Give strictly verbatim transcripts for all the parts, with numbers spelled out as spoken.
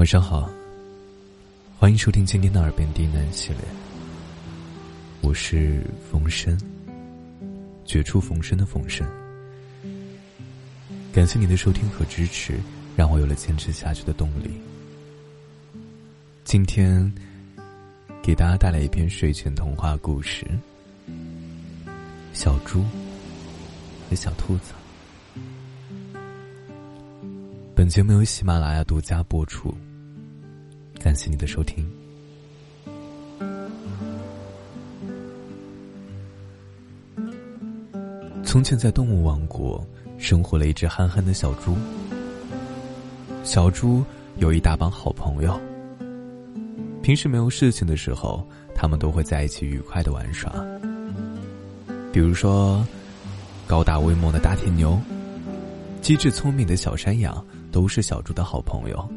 上好，欢迎收听今天的耳边低喃系列，我是冯生，绝处逢生的冯生。感谢你的收听和支持，让我有了坚持下去的动力。今天给大家带来一篇睡前童话故事，小猪和小兔子。本节目由喜马拉雅独家播出，感谢你的收听。从前在动物王国生活了一只憨憨的小猪。小猪有一大帮好朋友，平时没有事情的时候，他们都会在一起愉快地玩耍。比如说高大威猛的大铁牛，机智聪明的小山羊，都是小猪的好朋友。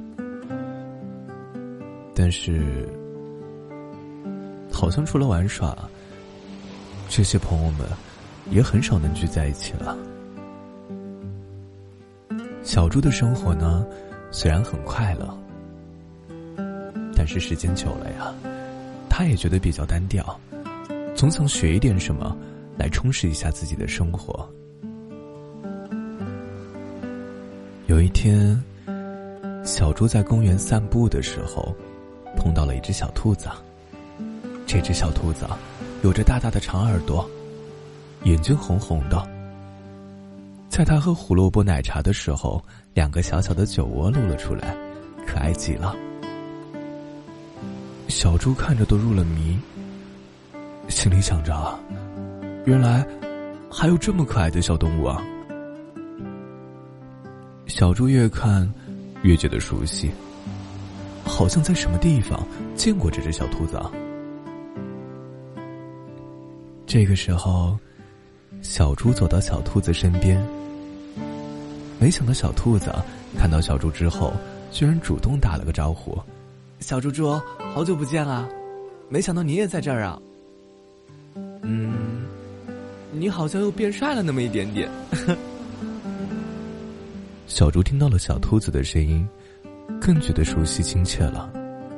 但是好像除了玩耍，这些朋友们也很少能聚在一起了。小猪的生活呢，虽然很快乐，但是时间久了呀，他也觉得比较单调，总想学一点什么来充实一下自己的生活。有一天，小猪在公园散步的时候碰到了一只小兔子。这只小兔子有着大大的长耳朵，眼睛红红的。在它喝胡萝卜奶茶的时候，两个小小的酒窝露了出来，可爱极了。小猪看着都入了迷，心里想着，原来还有这么可爱的小动物啊。小猪越看越觉得熟悉，好像在什么地方见过这只小兔子啊。这个时候，小猪走到小兔子身边，没想到小兔子看到小猪之后，居然主动打了个招呼：“小猪猪，好久不见啊！没想到你也在这儿啊。嗯，你好像又变帅了那么一点点。”小猪听到了小兔子的声音，更觉得熟悉亲切了。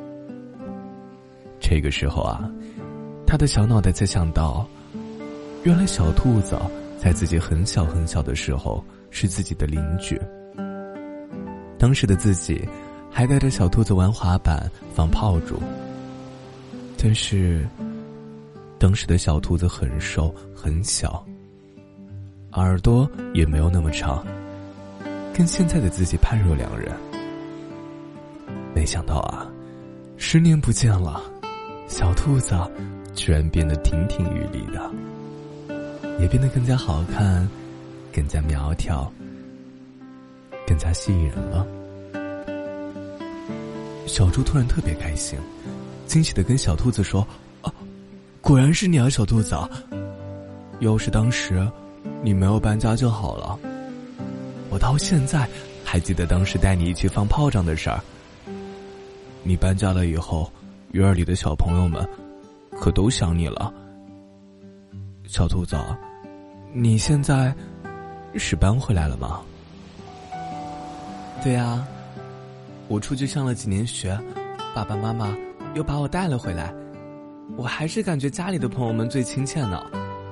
这个时候啊，他的小脑袋才想到，原来小兔子在自己很小很小的时候是自己的邻居。当时的自己还带着小兔子玩滑板放炮竹，但是当时的小兔子很瘦很小，耳朵也没有那么长，跟现在的自己判若两人。没想到啊，十年不见了，小兔子居然变得亭亭玉立的，也变得更加好看，更加苗条，更加吸引人了。小猪突然特别开心，惊喜地跟小兔子说：“啊，果然是你啊，小兔子！要是当时你没有搬家就好了。我到现在还记得当时带你一起放炮仗的事儿。你搬家了以后，院儿里的小朋友们可都想你了。小兔子，你现在是搬回来了吗？”“对呀，我出去上了几年学，爸爸妈妈又把我带了回来，我还是感觉家里的朋友们最亲切呢。”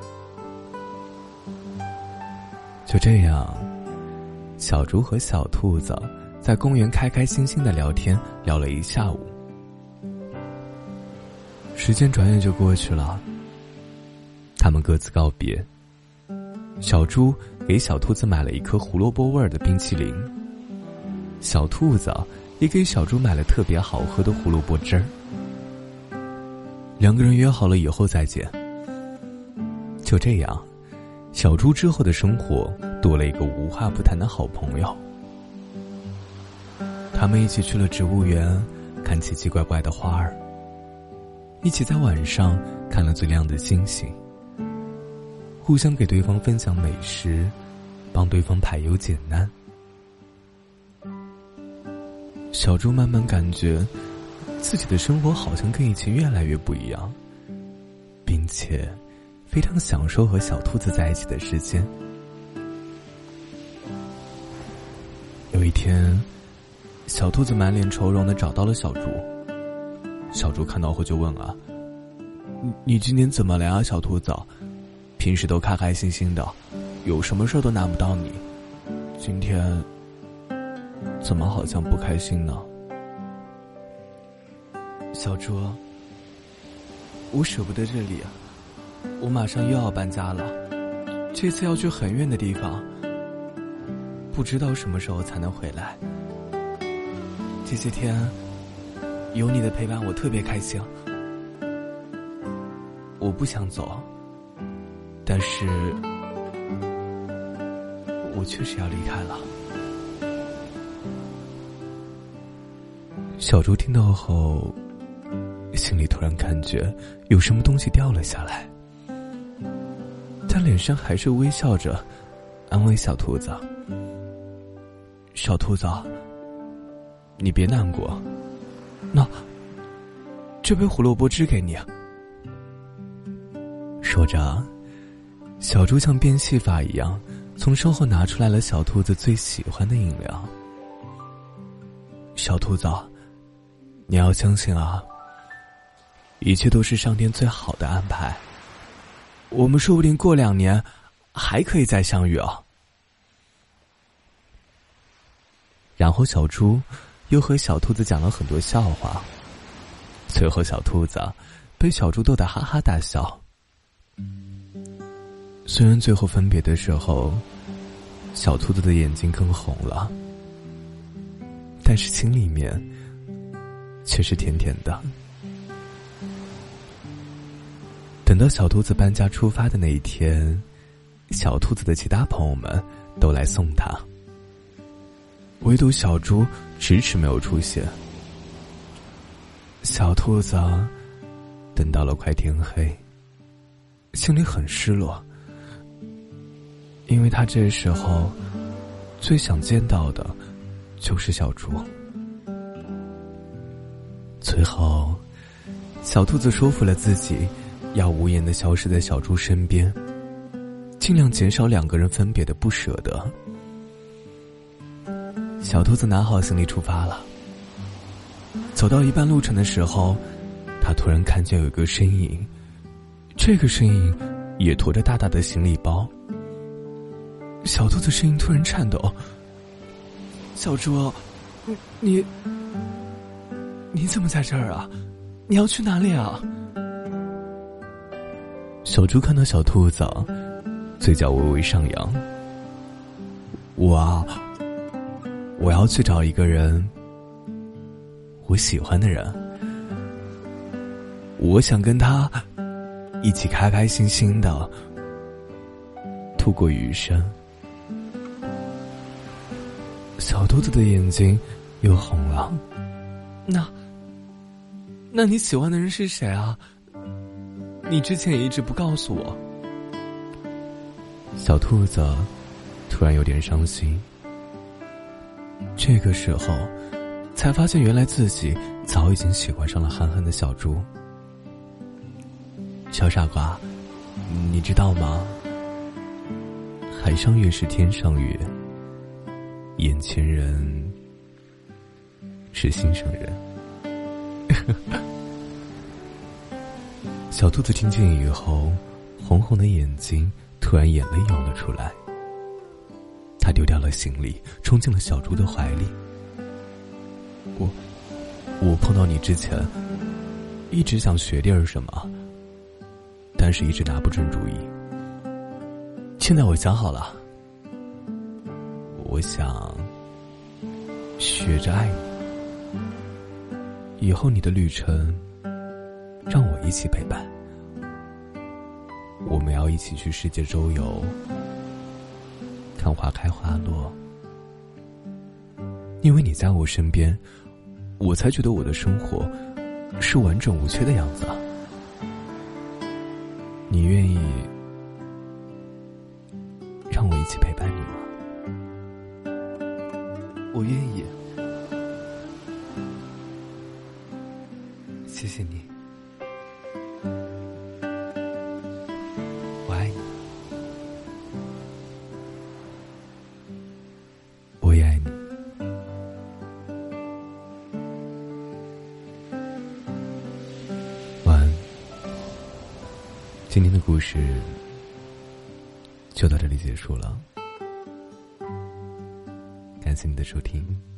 就这样，小猪和小兔子在公园开开心心的聊天，聊了一下午。时间转眼就过去了，他们各自告别。小猪给小兔子买了一颗胡萝卜味儿的冰淇淋，小兔子也给小猪买了特别好喝的胡萝卜汁儿。两个人约好了以后再见。就这样，小猪之后的生活多了一个无话不谈的好朋友。他们一起去了植物园，看奇奇怪怪的花儿，一起在晚上看了最亮的星星，互相给对方分享美食，帮对方排忧解难。小猪慢慢感觉自己的生活好像跟以前越来越不一样，并且非常享受和小兔子在一起的时间。有一天， 小兔子满脸愁容地找到了小猪。小猪看到后就问啊：“你你今天怎么了呀，小兔子？平时都开开心心的，有什么事都难不到你，今天怎么好像不开心呢？”小猪，我舍不得这里，我马上又要搬家了，这次要去很远的地方，不知道什么时候才能回来。这些天有你的陪伴，我特别开心。我不想走，但是我确实要离开了。小猪听到后，心里突然感觉有什么东西掉了下来，但脸上还是微笑着安慰小兔子：“小兔子，你别难过，那这杯胡萝卜汁给你。”说着，小猪像变戏法一样从身后拿出来了小兔子最喜欢的饮料。小兔子，你要相信啊，一切都是上天最好的安排，我们说不定过两年还可以再相遇啊。然后小猪又和小兔子讲了很多笑话，最后小兔子被小猪逗得哈哈大笑。虽然最后分别的时候，小兔子的眼睛更红了，但是心里面却是甜甜的。等到小兔子搬家出发的那一天，小兔子的其他朋友们都来送它，唯独小猪迟迟没有出现。小兔子等到了快天黑，心里很失落，因为他这时候最想见到的就是小猪。最后，小兔子说服了自己，要无言地消失在小猪身边，尽量减少两个人分别的不舍得。小兔子拿好行李出发了。走到一半路程的时候，他突然看见有一个身影，这个身影也驮着大大的行李包。小兔子声音突然颤抖：“小猪，你你怎么在这儿啊？你要去哪里啊？”小猪看到小兔子，嘴角微微上扬：“我啊，我要去找一个人，我喜欢的人，我想跟他一起开开心心的度过余生。”小兔子的眼睛又红了。那那你喜欢的人是谁啊？你之前也一直不告诉我。小兔子突然有点伤心。这个时候才发现，原来自己早已经喜欢上了憨憨的小猪。小傻瓜，你知道吗？海上月是天上月，眼前人是心上人。小兔子听见以后，红红的眼睛突然眼泪涌了出来。他丢掉了行李，冲进了小猪的怀里。我我碰到你之前一直想学点什么，但是一直拿不准主意。现在我想好了，我想学着爱你，以后你的旅程让我一起陪伴，我们要一起去世界周游，看花开花落。因为你在我身边，我才觉得我的生活是完整无缺的样子。你愿意让我一起陪伴你吗？我愿意。谢谢你，我爱你，我也爱你。 今天的故事就到这里结束了，感谢你的收听。